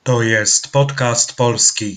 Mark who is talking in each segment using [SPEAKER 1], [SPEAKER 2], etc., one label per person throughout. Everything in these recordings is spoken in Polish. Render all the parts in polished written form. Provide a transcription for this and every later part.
[SPEAKER 1] To jest podcast polski.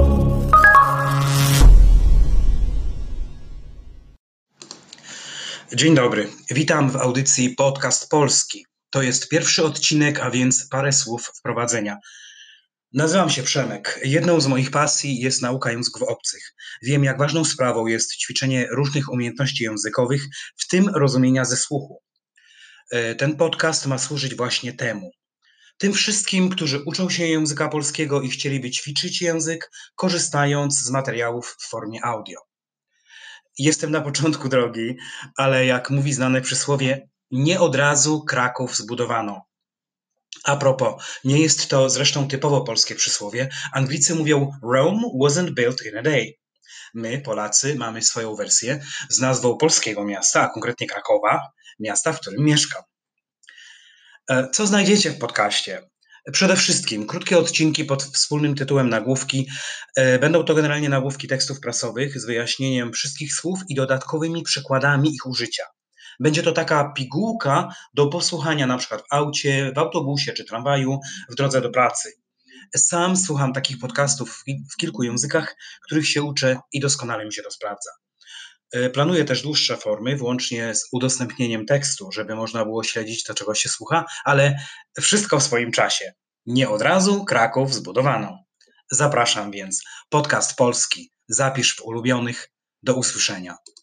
[SPEAKER 1] Dzień dobry, witam w audycji Podcast Polski. To jest pierwszy odcinek, a więc parę słów wprowadzenia. Nazywam się Przemek. Jedną z moich pasji jest nauka języków obcych. Wiem, jak ważną sprawą jest ćwiczenie różnych umiejętności językowych, w tym rozumienia ze słuchu. Ten podcast ma służyć właśnie temu. Tym wszystkim, którzy uczą się języka polskiego i chcieliby ćwiczyć język, korzystając z materiałów w formie audio. Jestem na początku drogi, ale jak mówi znane przysłowie, nie od razu Kraków zbudowano. A propos, nie jest to zresztą typowo polskie przysłowie. Anglicy mówią Rome wasn't built in a day. My, Polacy, mamy swoją wersję z nazwą polskiego miasta, a konkretnie Krakowa, miasta, w którym mieszkam. Co znajdziecie w podcaście? Przede wszystkim krótkie odcinki pod wspólnym tytułem Nagłówki. Będą to generalnie nagłówki tekstów prasowych z wyjaśnieniem wszystkich słów i dodatkowymi przykładami ich użycia. Będzie to taka pigułka do posłuchania na przykład w aucie, w autobusie czy tramwaju w drodze do pracy. Sam słucham takich podcastów w kilku językach, których się uczę i doskonale mi się to sprawdza. Planuję też dłuższe formy, włącznie z udostępnieniem tekstu, żeby można było śledzić to, czego się słucha, ale wszystko w swoim czasie. Nie od razu Kraków zbudowano. Zapraszam więc. Podcast polski. Zapisz w ulubionych. Do usłyszenia.